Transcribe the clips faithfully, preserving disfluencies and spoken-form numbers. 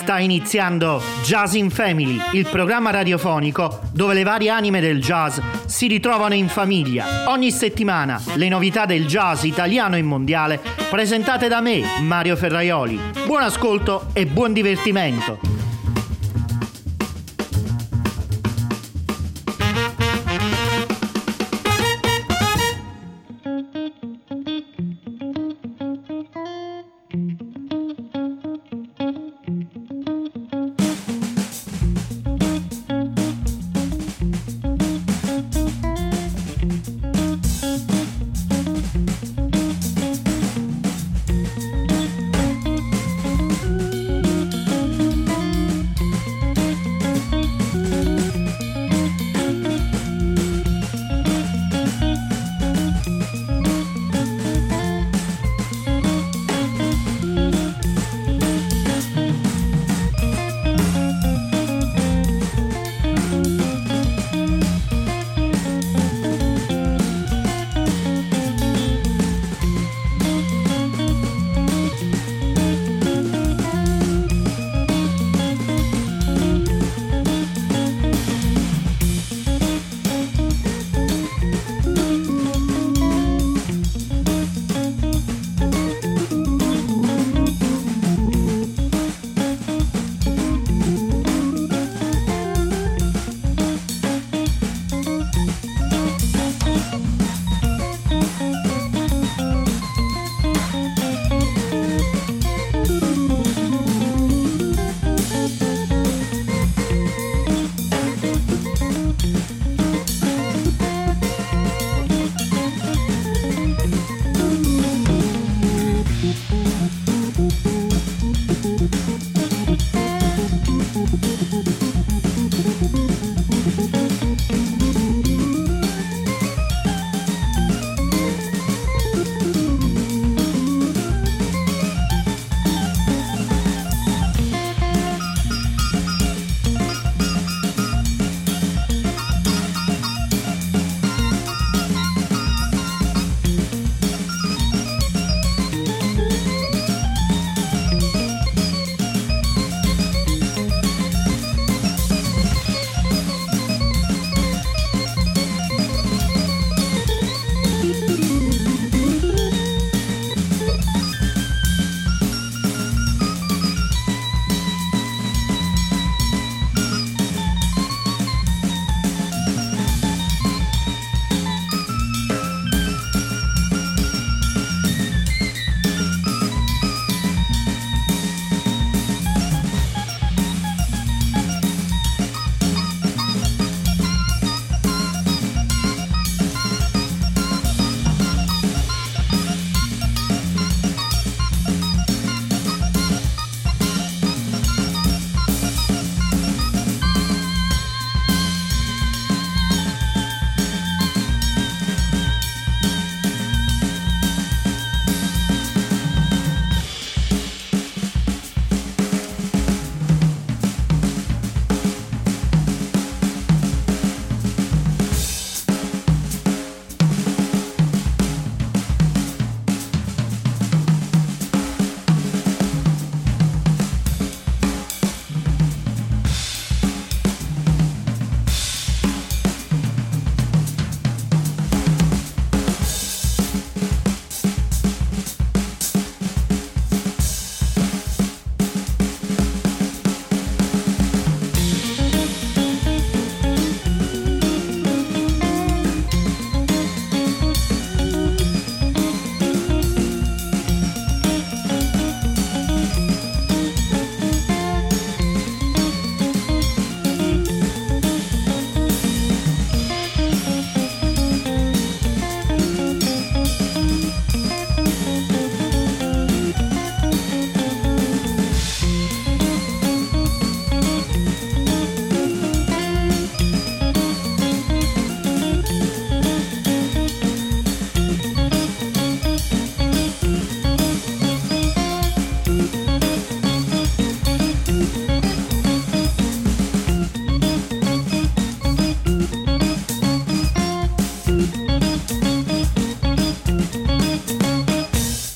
Sta iniziando Jazz in Family, il programma radiofonico dove le varie anime del jazz si ritrovano in famiglia. Ogni settimana le novità del jazz italiano e mondiale presentate da me, Mario Ferraioli. Buon ascolto e buon divertimento.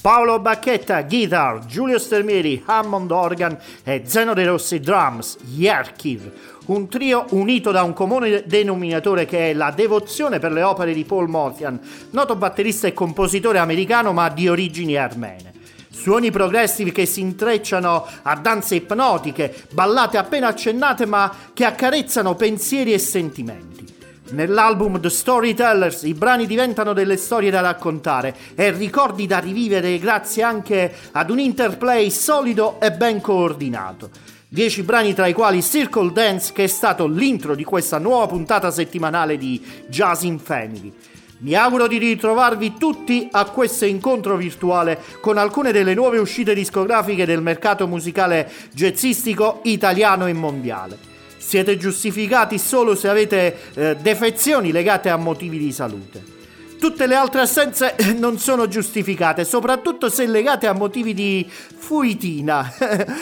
Paolo Bacchetta, guitar, Giulio Stermieri, Hammond organ e Zeno De Rossi, drums, Yerkir. Un trio unito da un comune denominatore che è la devozione per le opere di Paul Motian, noto batterista e compositore americano ma di origini armene. Suoni progressivi che si intrecciano a danze ipnotiche, ballate appena accennate ma che accarezzano pensieri e sentimenti. Nell'album The Storytellers i brani diventano delle storie da raccontare e ricordi da rivivere grazie anche ad un interplay solido e ben coordinato. Dieci brani tra i quali Circle Dance, che è stato l'intro di questa nuova puntata settimanale di Jazz in Family. Mi auguro di ritrovarvi tutti a questo incontro virtuale con alcune delle nuove uscite discografiche del mercato musicale jazzistico italiano e mondiale. Siete giustificati solo se avete eh, defezioni legate a motivi di salute. Tutte le altre assenze non sono giustificate, soprattutto se legate a motivi di fuitina.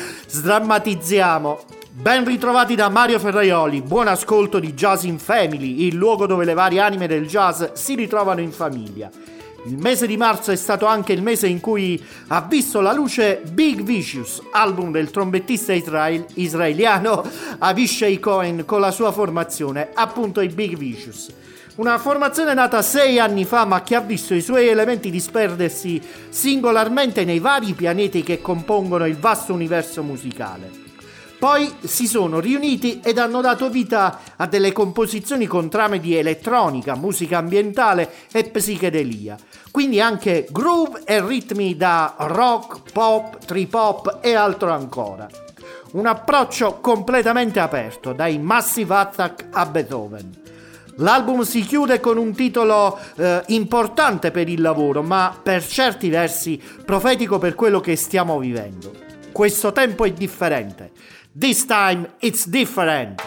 Sdrammatizziamo. Ben ritrovati da Mario Ferraioli, buon ascolto di Jazz in Family, il luogo dove le varie anime del jazz si ritrovano in famiglia. Il mese di marzo è stato anche il mese in cui ha visto la luce Big Vicious, album del trombettista israel- israeliano Avishai Cohen con la sua formazione, appunto i Big Vicious. Una formazione nata sei anni fa ma che ha visto i suoi elementi disperdersi singolarmente nei vari pianeti che compongono il vasto universo musicale. Poi si sono riuniti ed hanno dato vita a delle composizioni con trame di elettronica, musica ambientale e psichedelia. Quindi anche groove e ritmi da rock, pop, trip hop e altro ancora. Un approccio completamente aperto, dai Massive Attack a Beethoven. L'album si chiude con un titolo eh, importante per il lavoro, ma per certi versi profetico per quello che stiamo vivendo. Questo tempo è differente. This time it's different.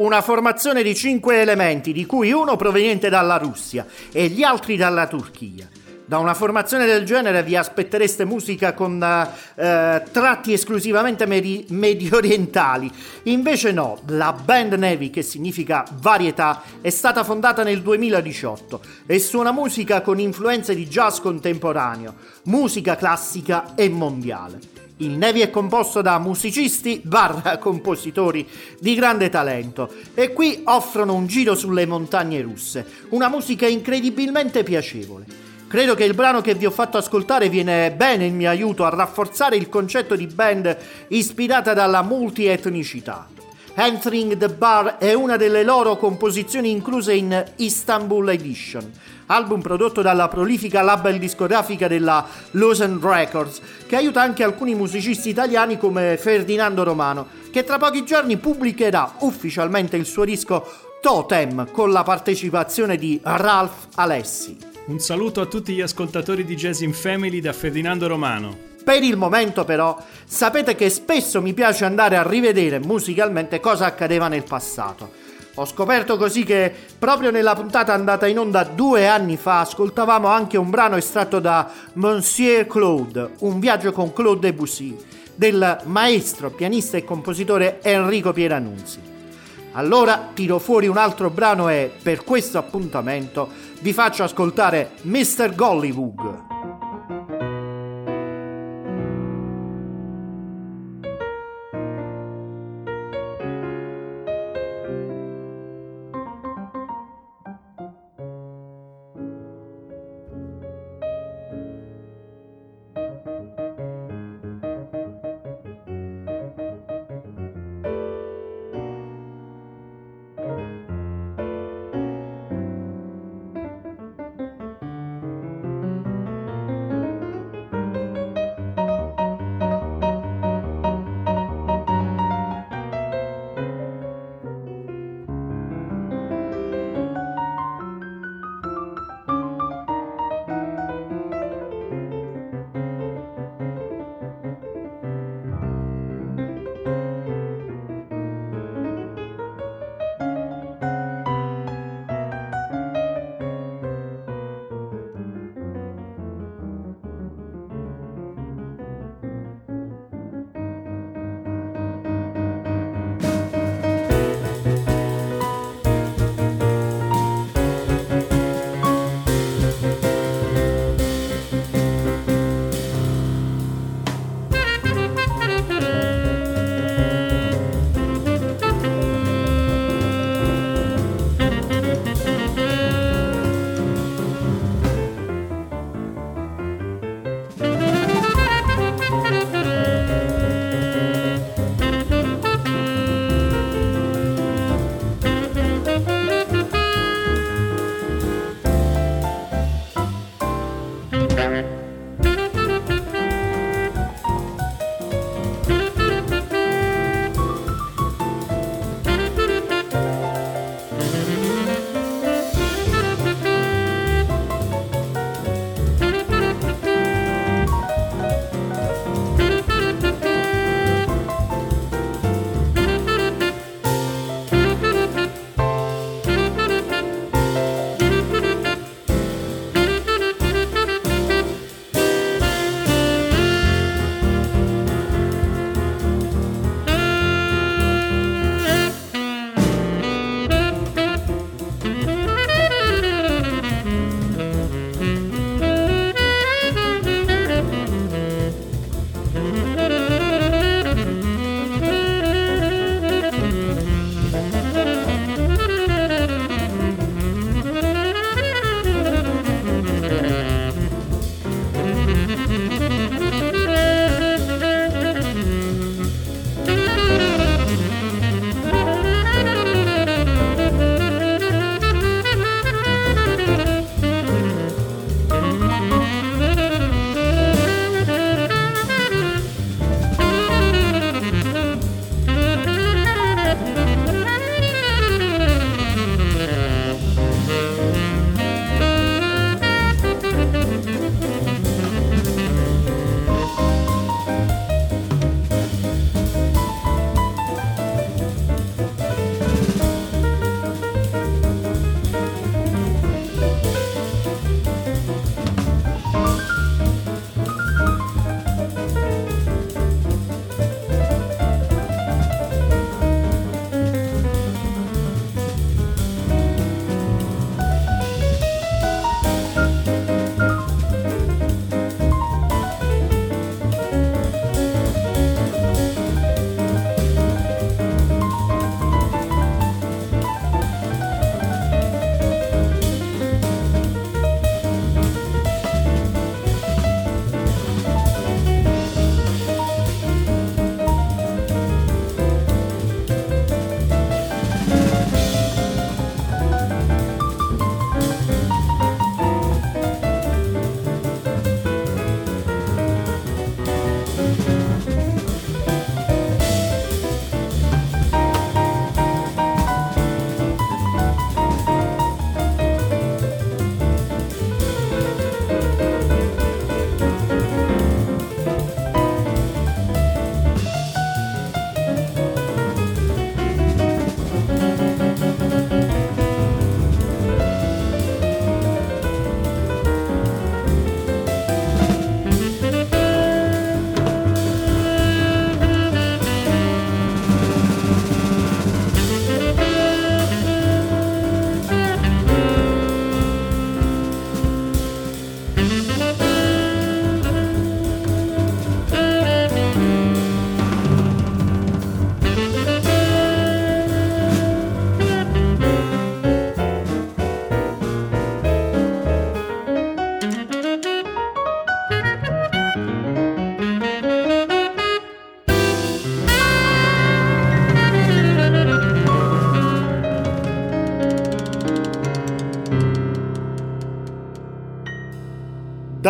una formazione di cinque elementi, di cui uno proveniente dalla Russia e gli altri dalla Turchia. Da una formazione del genere vi aspettereste musica con eh, tratti esclusivamente medi- medio orientali. Invece no, la band Navy, che significa varietà, è stata fondata nel duemiladiciotto e suona musica con influenze di jazz contemporaneo, musica classica e mondiale. Il Navy è composto da musicisti barra compositori di grande talento e qui offrono un giro sulle montagne russe, una musica incredibilmente piacevole. Credo che il brano che vi ho fatto ascoltare viene bene in mio aiuto a rafforzare il concetto di band ispirata dalla multietnicità. Entering the Bar è una delle loro composizioni incluse in Istanbul Edition, album prodotto dalla prolifica label discografica della Lausanne Records, che aiuta anche alcuni musicisti italiani come Ferdinando Romano, che tra pochi giorni pubblicherà ufficialmente il suo disco Totem con la partecipazione di Ralph Alessi. Un saluto a tutti gli ascoltatori di Jazz in Family da Ferdinando Romano. Per il momento però sapete che spesso mi piace andare a rivedere musicalmente cosa accadeva nel passato. Ho scoperto così che proprio nella puntata andata in onda due anni fa ascoltavamo anche un brano estratto da Monsieur Claude, un viaggio con Claude Debussy, del maestro, pianista e compositore Enrico Pieranunzi. Allora tiro fuori un altro brano e per questo appuntamento vi faccio ascoltare mister Gollywog.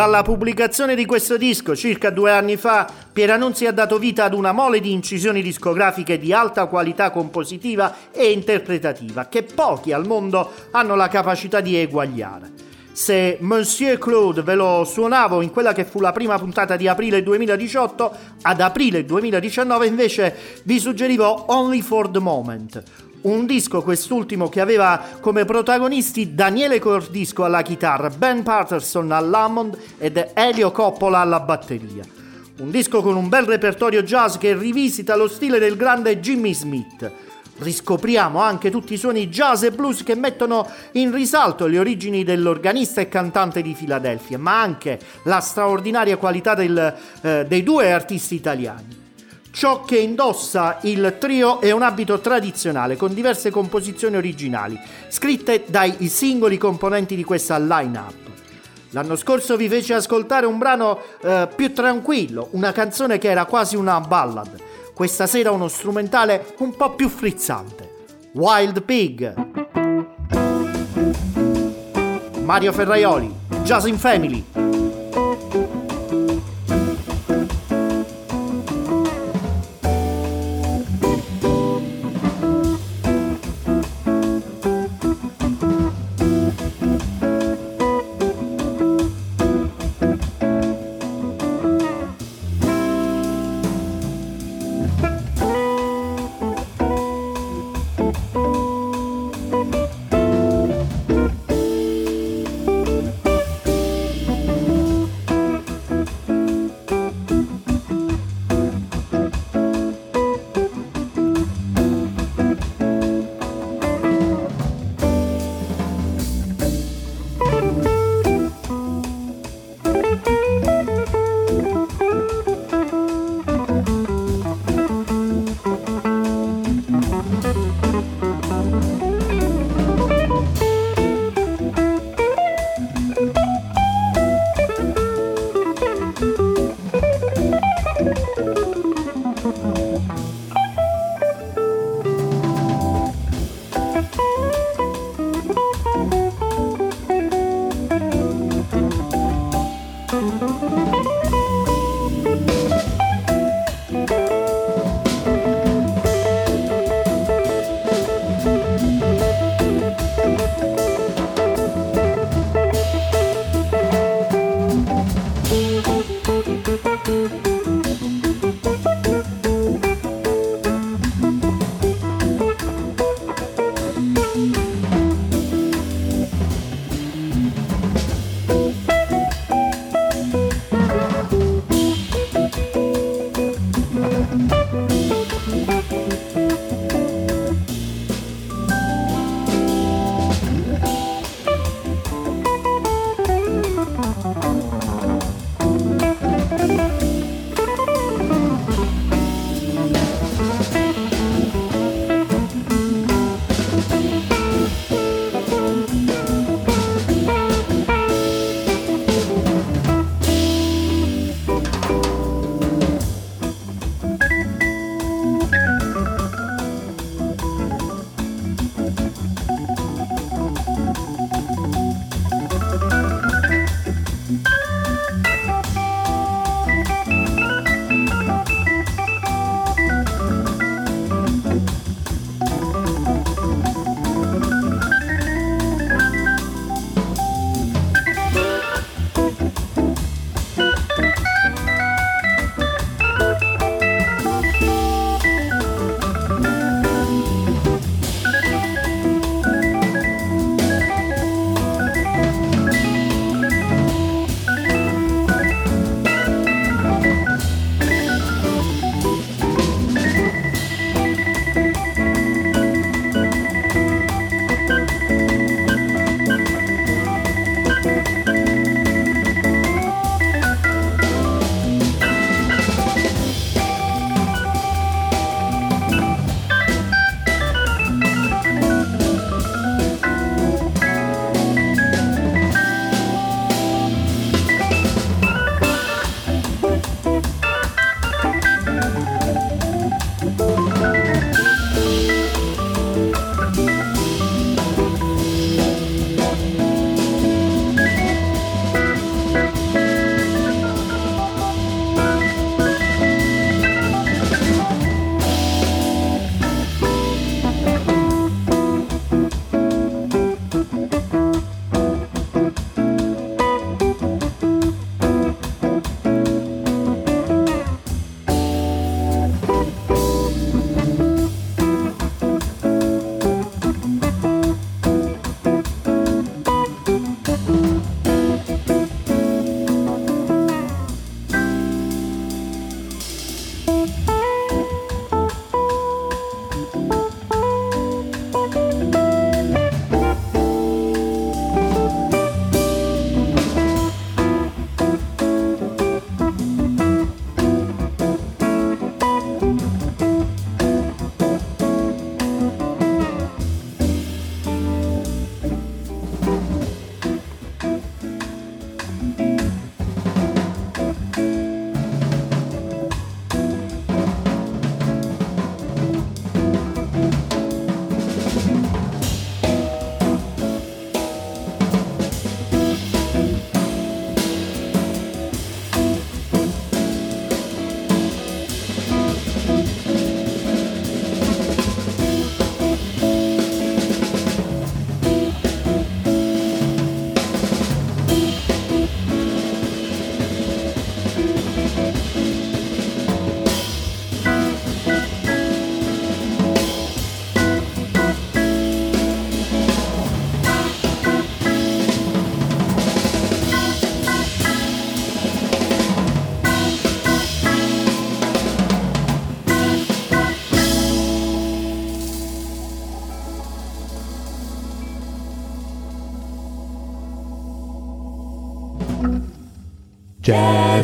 Dalla pubblicazione di questo disco, circa due anni fa, Pieranunzi ha dato vita ad una mole di incisioni discografiche di alta qualità compositiva e interpretativa, che pochi al mondo hanno la capacità di eguagliare. Se Monsieur Claude ve lo suonavo in quella che fu la prima puntata di aprile duemiladiciotto, ad aprile duemiladiciannove invece vi suggerivo Only for the Moment, un disco quest'ultimo che aveva come protagonisti Daniele Cordisco alla chitarra, Ben Patterson all'Hammond ed Elio Coppola alla batteria. Un disco con un bel repertorio jazz che rivisita lo stile del grande Jimmy Smith. Riscopriamo anche tutti i suoni jazz e blues che mettono in risalto le origini dell'organista e cantante di Filadelfia, ma anche la straordinaria qualità del, eh, dei due artisti italiani. Ciò che indossa il trio è un abito tradizionale con diverse composizioni originali, scritte dai singoli componenti di questa line-up. L'anno scorso vi fece ascoltare un brano eh, più tranquillo, una canzone che era quasi una ballad. Questa sera uno strumentale un po' più frizzante. Wild Pig. Mario Ferraioli, Jazz in Family.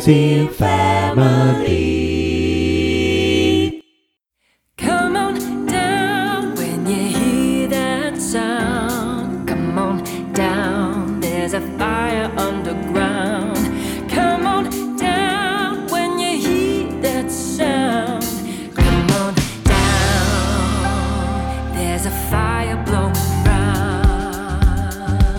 Jazzin' Family. Come on down when you hear that sound. Come on down, there's a fire underground. Come on down when you hear that sound. Come on down, there's a fire blowing round.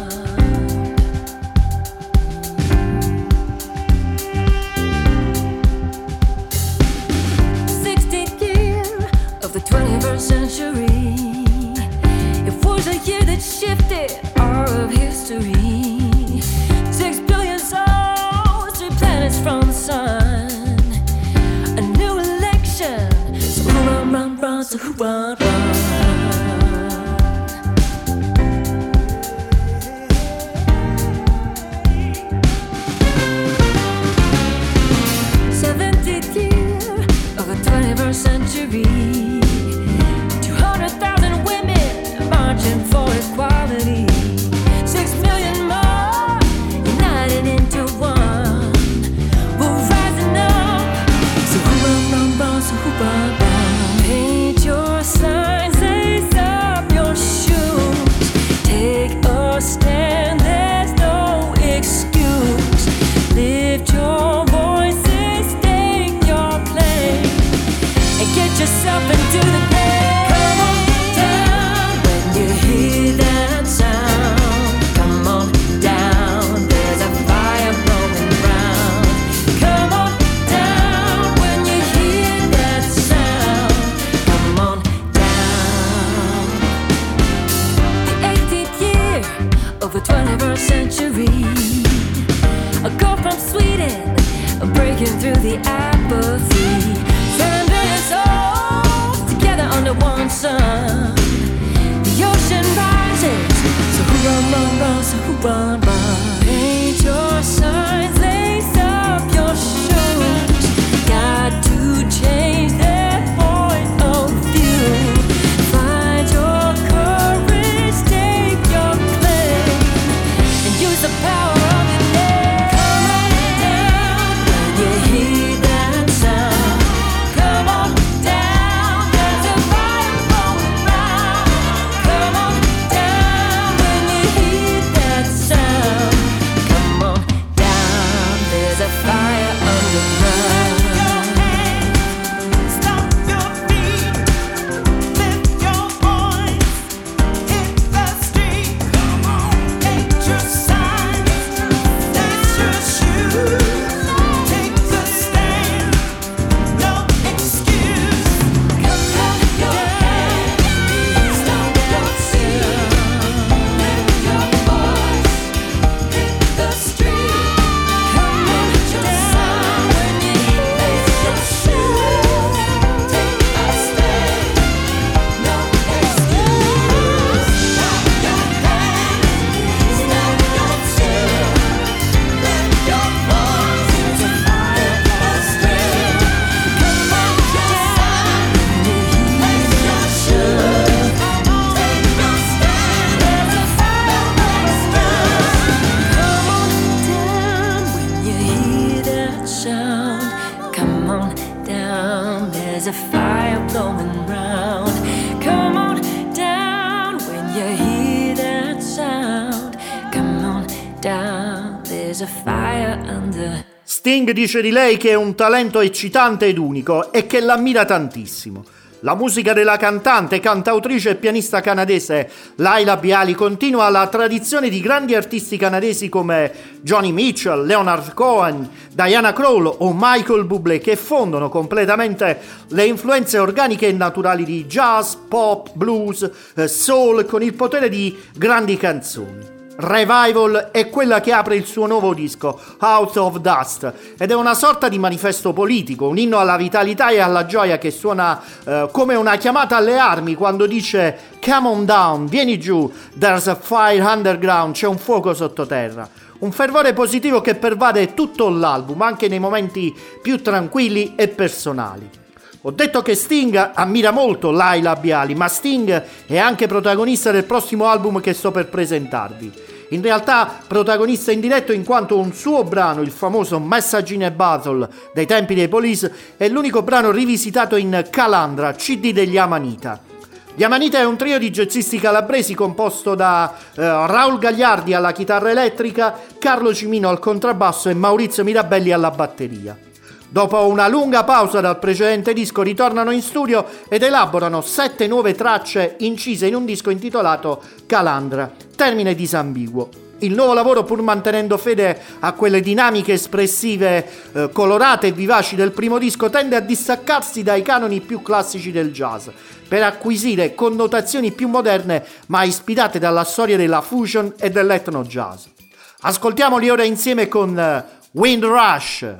sixteenth year of the twenty-first century. It was a year that shifted all of history. Six billion souls, three planets from the sun. A new election. So who run, run, run, so who run, run. seventieth year of the twenty-first century. two hundred thousand women marching for equality. Six million more united into one. We're rising up. So who run, run, run, so who run, run. Paint your signs, lace up your shoes. Take a stand, there's no excuse. Lift your voices, stake your claim, and get yourself into the game. Come on down when you hear that sound. Come on down, there's a fire blowing round. Come on down when you hear that sound. Come on down. The eighteenth year of the twenty-first century. A girl from Sweden, breaking through the apathy. Seven billion souls together under one sun. The ocean rises, so who run, run, run, so who run, run. Paint your signs, lace up your shoes. Got to change that point of view. Find your courage, take your claim, and use the power of your name. Come on down when you hear that sound. Come on down, there's a fire blowing round. Come on down when you hear that sound. Come on down, there's a fire underground. Stop your feet, lift your voice, hit the street. Come on, take your signs, lace your shoes, take the stand, no excuse. Come on down, stop your feet, lift your voice, hit the street. Come on down when you lace your shoes, take a stand, no excuse. Stop your hand, stop your fear, lift your voice to fire the street. Come on down when you lace your shoes, take a stand, there's a fire blowing round. Come on down when you hear that sound. Come on down, there's a fire blowing round. Come on down when you hear that sound. Come on down, there's a fire under. Sting dice di lei che è un talento eccitante ed unico e che l'ammira tantissimo. La musica della cantante, cantautrice e pianista canadese Laila Biali continua la tradizione di grandi artisti canadesi come Joni Mitchell, Leonard Cohen, Diana Krall o Michael Bublé, che fondono completamente le influenze organiche e naturali di jazz, pop, blues, eh, soul con il potere di grandi canzoni. Revival è quella che apre il suo nuovo disco, Out of Dust, ed è una sorta di manifesto politico, un inno alla vitalità e alla gioia che suona eh, come una chiamata alle armi quando dice "Come on down, vieni giù, there's a fire underground", c'è un fuoco sottoterra. Un fervore positivo che pervade tutto l'album, anche nei momenti più tranquilli e personali. Ho detto che Sting ammira molto Laila Biali, ma Sting è anche protagonista del prossimo album che sto per presentarvi. In realtà protagonista indiretto in quanto un suo brano, il famoso Message in a Bottle dei tempi dei Police, è l'unico brano rivisitato in Calandra, C D degli Amanita. Gli Amanita è un trio di jazzisti calabresi composto da eh, Raul Gagliardi alla chitarra elettrica, Carlo Cimino al contrabbasso e Maurizio Mirabelli alla batteria. Dopo una lunga pausa dal precedente disco ritornano in studio ed elaborano sette nuove tracce incise in un disco intitolato Calandra, termine disambiguo. Il nuovo lavoro, pur mantenendo fede a quelle dinamiche espressive eh, colorate e vivaci del primo disco, tende a distaccarsi dai canoni più classici del jazz, per acquisire connotazioni più moderne ma ispirate dalla storia della fusion e dell'ethno jazz. Ascoltiamoli ora insieme con eh, Windrush.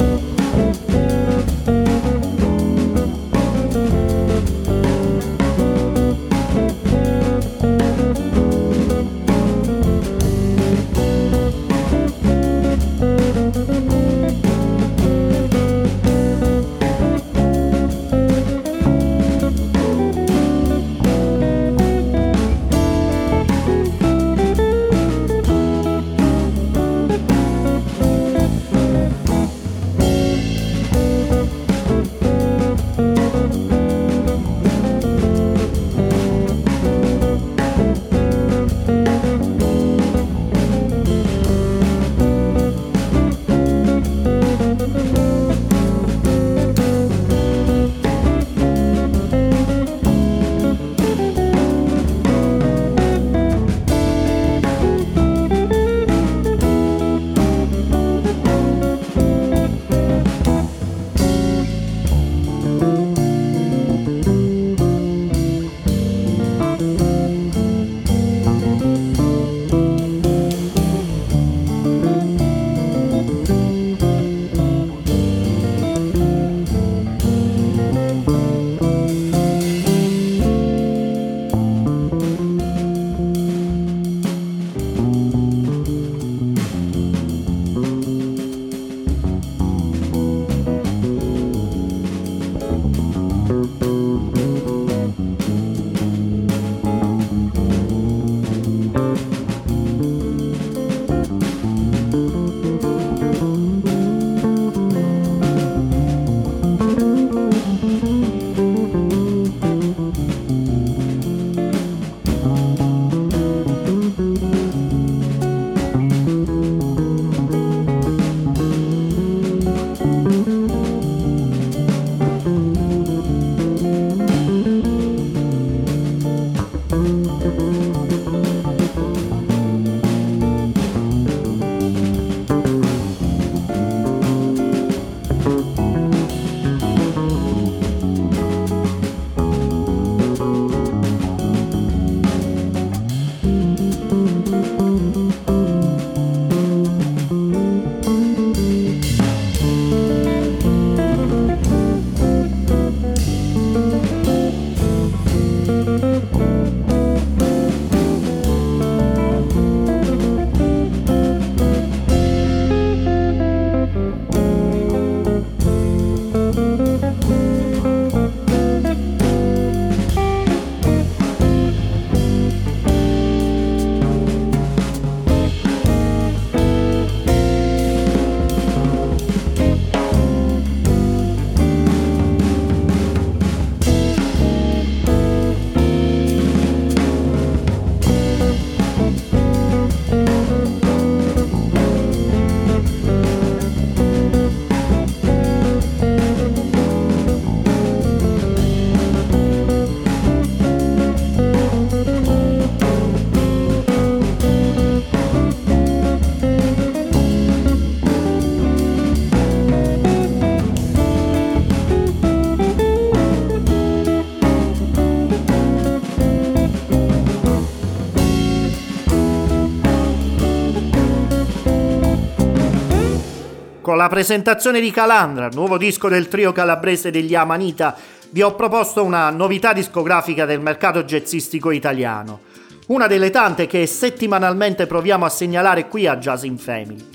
Con la presentazione di Calandra, nuovo disco del trio calabrese degli Amanita, vi ho proposto una novità discografica del mercato jazzistico italiano, una delle tante che settimanalmente proviamo a segnalare qui a Jazz in Family.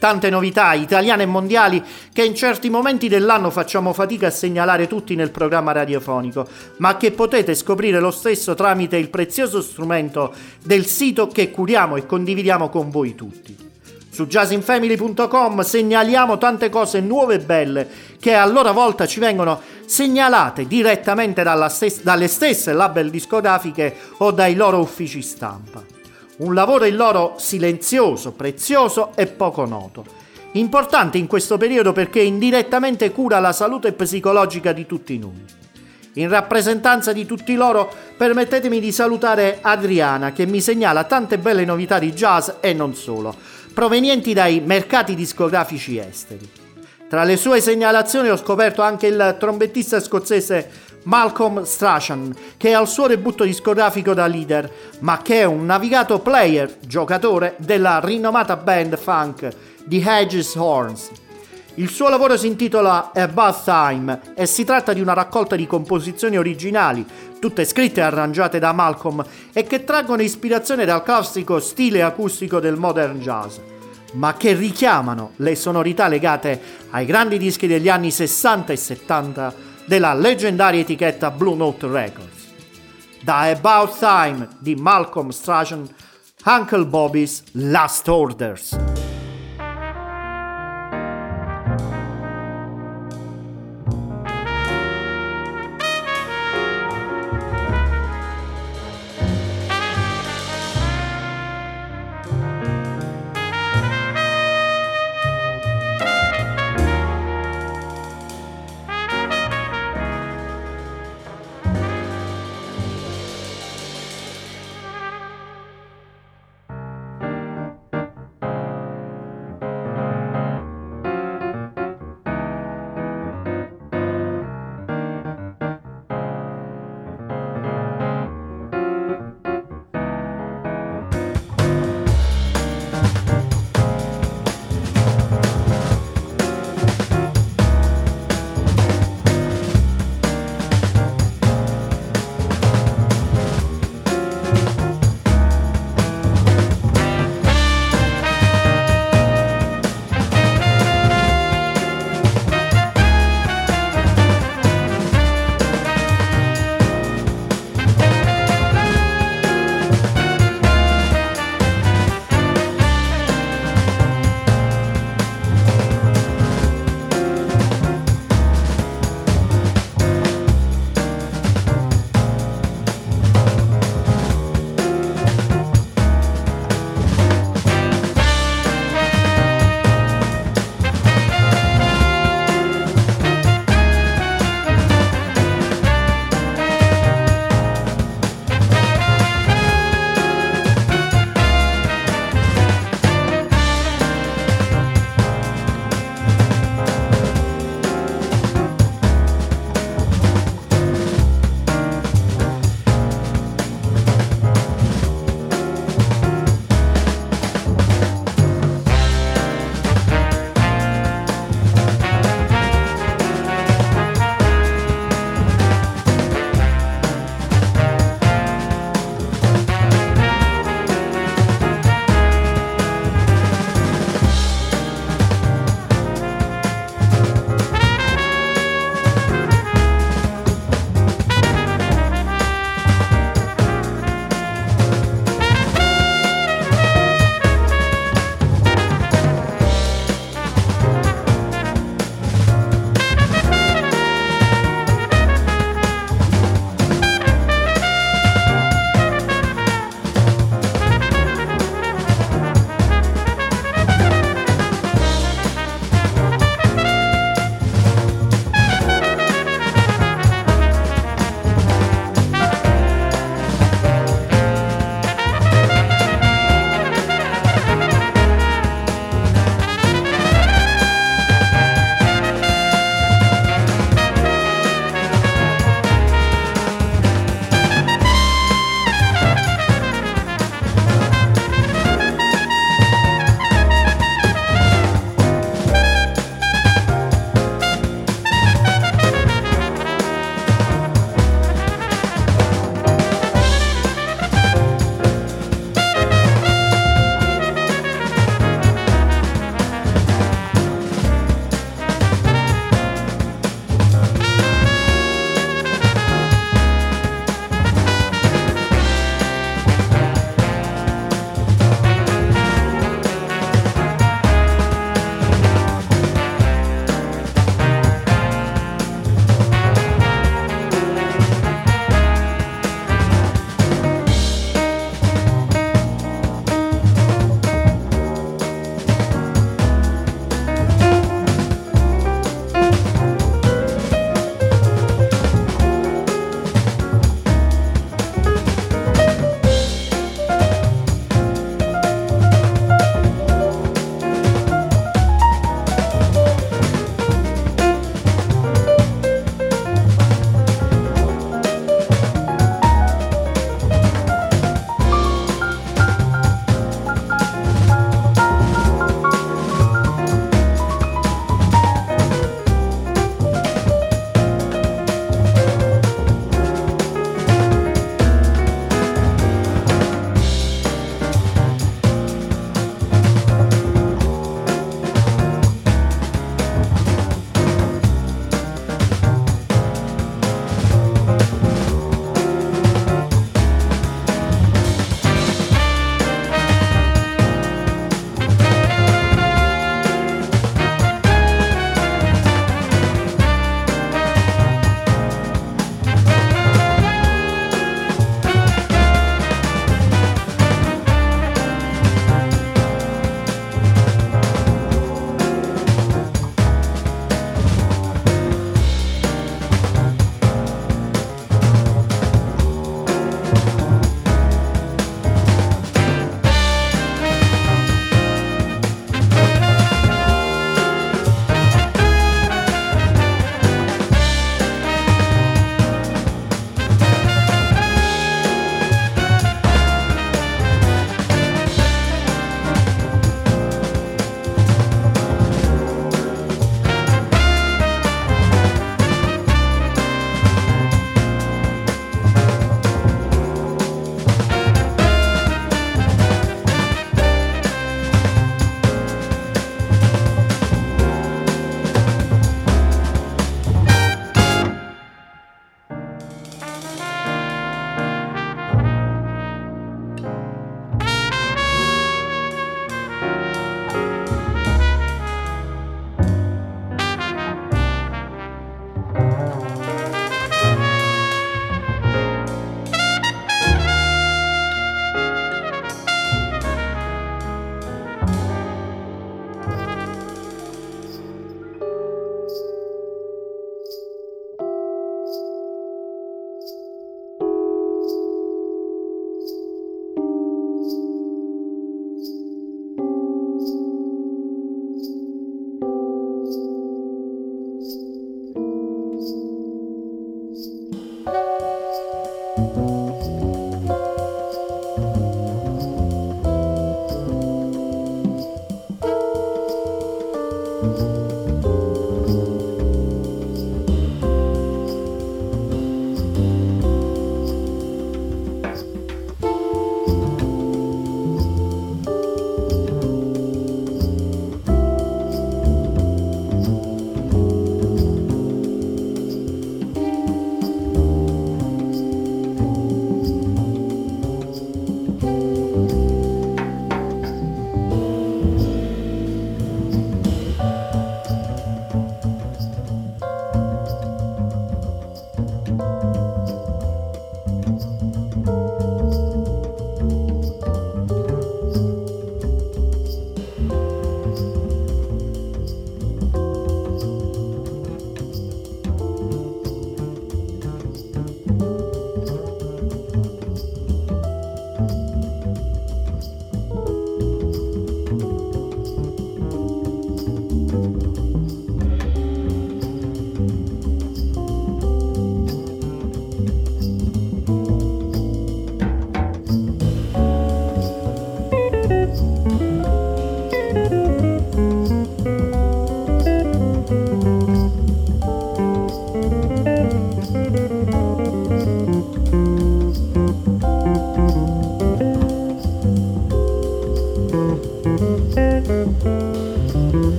Tante novità italiane e mondiali che in certi momenti dell'anno facciamo fatica a segnalare tutti nel programma radiofonico, ma che potete scoprire lo stesso tramite il prezioso strumento del sito che curiamo e condividiamo con voi tutti. Su jazzinfamily punto com segnaliamo tante cose nuove e belle che a loro volta ci vengono segnalate direttamente dalla stes- dalle stesse label discografiche o dai loro uffici stampa. Un lavoro il loro silenzioso, prezioso e poco noto. Importante in questo periodo perché indirettamente cura la salute psicologica di tutti noi. In rappresentanza di tutti loro, permettetemi di salutare Adriana, che mi segnala tante belle novità di jazz e non solo, provenienti dai mercati discografici esteri. Tra le sue segnalazioni ho scoperto anche il trombettista scozzese Malcolm Strachan, che ha il suo debutto discografico da leader, ma che è un navigato player, giocatore della rinomata band funk The Hedges Horns. Il suo lavoro si intitola About Time e si tratta di una raccolta di composizioni originali, tutte scritte e arrangiate da Malcolm e che traggono ispirazione dal classico stile acustico del modern jazz, ma che richiamano le sonorità legate ai grandi dischi degli anni sessanta e settanta della leggendaria etichetta Blue Note Records. Da About Time di Malcolm Strachan, Uncle Bobby's Last Orders.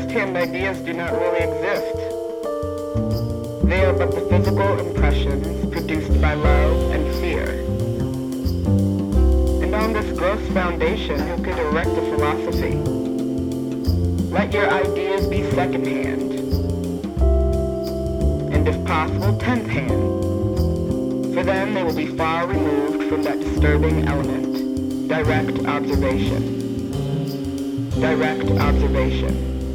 first-hand ideas do not really exist. They are but the physical impressions produced by love and fear. And on this gross foundation, who could erect a philosophy? Let your ideas be second-hand, and if possible, tenth-hand, for then they will be far removed from that disturbing element, direct observation. Direct observation.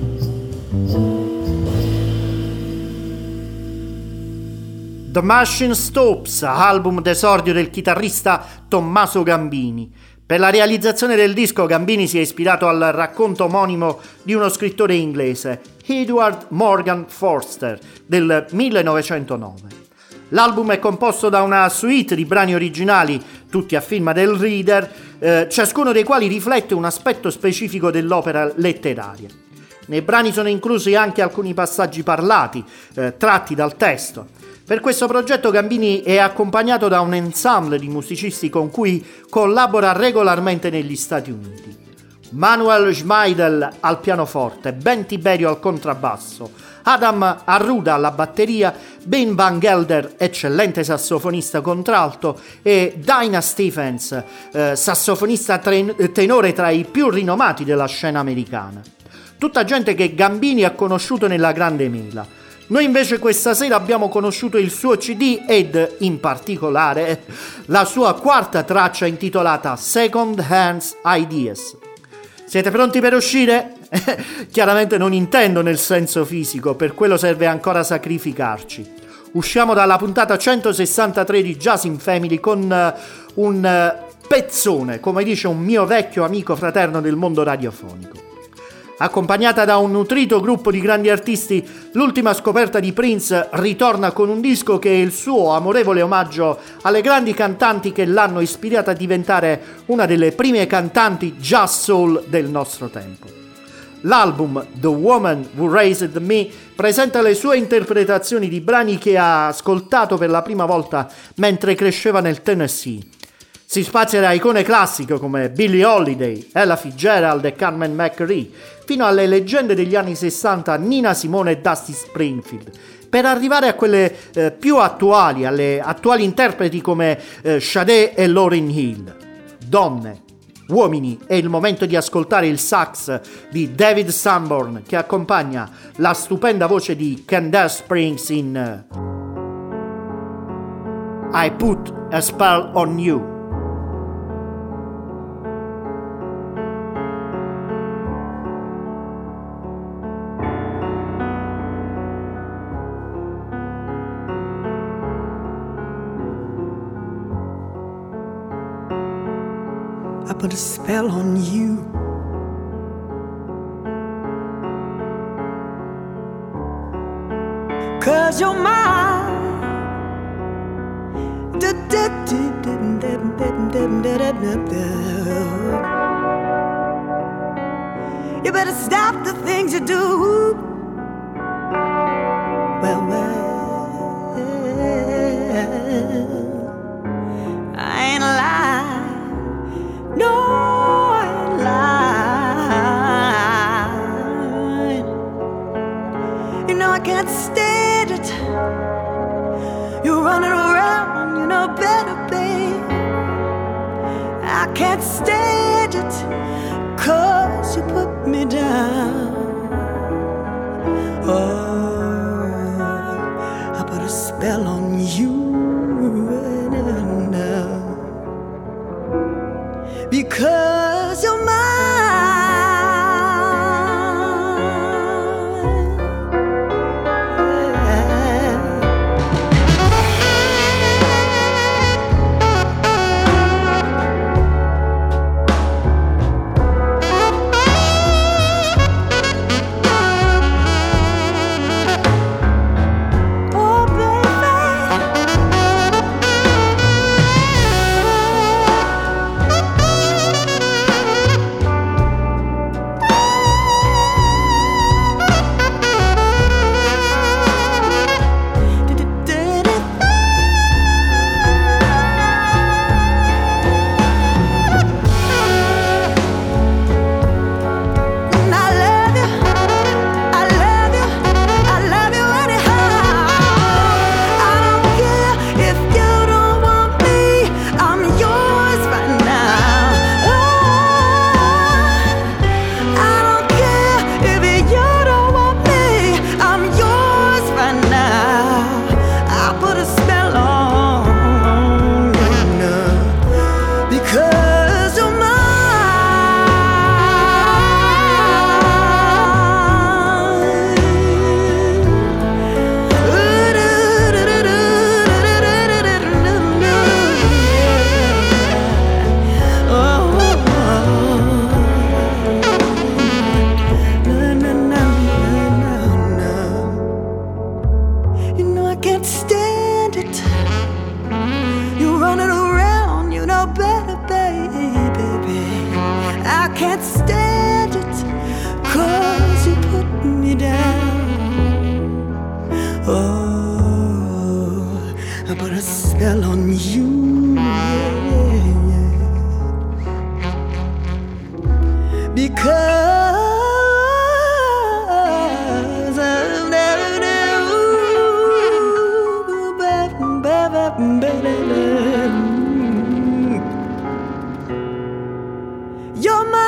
The Machine Stops, album d'esordio del chitarrista Tommaso Gambini. Per la realizzazione del disco Gambini si è ispirato al racconto omonimo di uno scrittore inglese, Edward Morgan Forster, del millenovecentonove. L'album è composto da una suite di brani originali, tutti a firma del Reader, eh, ciascuno dei quali riflette un aspetto specifico dell'opera letteraria. Nei brani sono inclusi anche alcuni passaggi parlati, eh, tratti dal testo. Per questo progetto Gambini è accompagnato da un ensemble di musicisti con cui collabora regolarmente negli Stati Uniti. Manuel Schmeidel al pianoforte, Ben Tiberio al contrabbasso, Adam Arruda alla batteria, Ben Van Gelder, eccellente sassofonista contralto, e Dinah Stephens, eh, sassofonista tre- tenore tra i più rinomati della scena americana. Tutta gente che Gambini ha conosciuto nella Grande Mela. Noi invece questa sera abbiamo conosciuto il suo C D ed, in particolare, la sua quarta traccia intitolata Second Hands Ideas. Siete pronti per uscire? Chiaramente non intendo nel senso fisico, per quello serve ancora sacrificarci. Usciamo dalla puntata centosessantatré di Jazz in Family con uh, un uh, pezzone, come dice un mio vecchio amico fraterno del mondo radiofonico. Accompagnata da un nutrito gruppo di grandi artisti, l'ultima scoperta di Prince ritorna con un disco che è il suo amorevole omaggio alle grandi cantanti che l'hanno ispirata a diventare una delle prime cantanti jazz soul del nostro tempo. L'album The Woman Who Raised Me presenta le sue interpretazioni di brani che ha ascoltato per la prima volta mentre cresceva nel Tennessee. Si spazia da icone classiche come Billie Holiday, Ella Fitzgerald e Carmen McRae, fino alle leggende degli anni sessanta Nina Simone e Dusty Springfield, per arrivare a quelle eh, più attuali, alle attuali interpreti come eh, Sade e Lauryn Hill. Donne, uomini, è il momento di ascoltare il sax di David Sanborn che accompagna la stupenda voce di Candace Springs in uh, I Put a Spell on You. I put a spell on you. Cause you're mine. You better stop the things you do. Well, well, I ain't lying. No, I ain't lying. You know I can't stand it. You're running around, you know better, babe. I can't stand it, cause you put me down. Oh, I put a spell on you. Because you're mine. Oh, baby. can't stand it, 'cause you put me down. Oh, I put a spell on you, yeah, yeah. Because I've never knew. You're mine.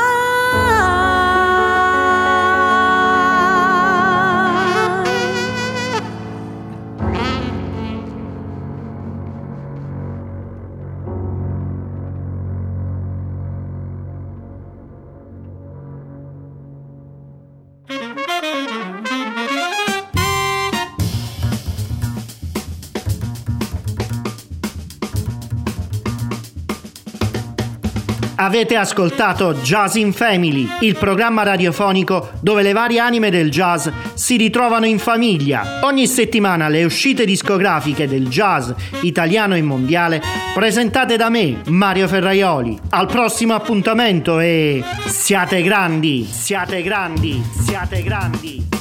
Avete ascoltato Jazz in Family, il programma radiofonico dove le varie anime del jazz si ritrovano in famiglia. Ogni settimana le uscite discografiche del jazz italiano e mondiale presentate da me, Mario Ferraioli. Al prossimo appuntamento e siate grandi, siate grandi, siate grandi.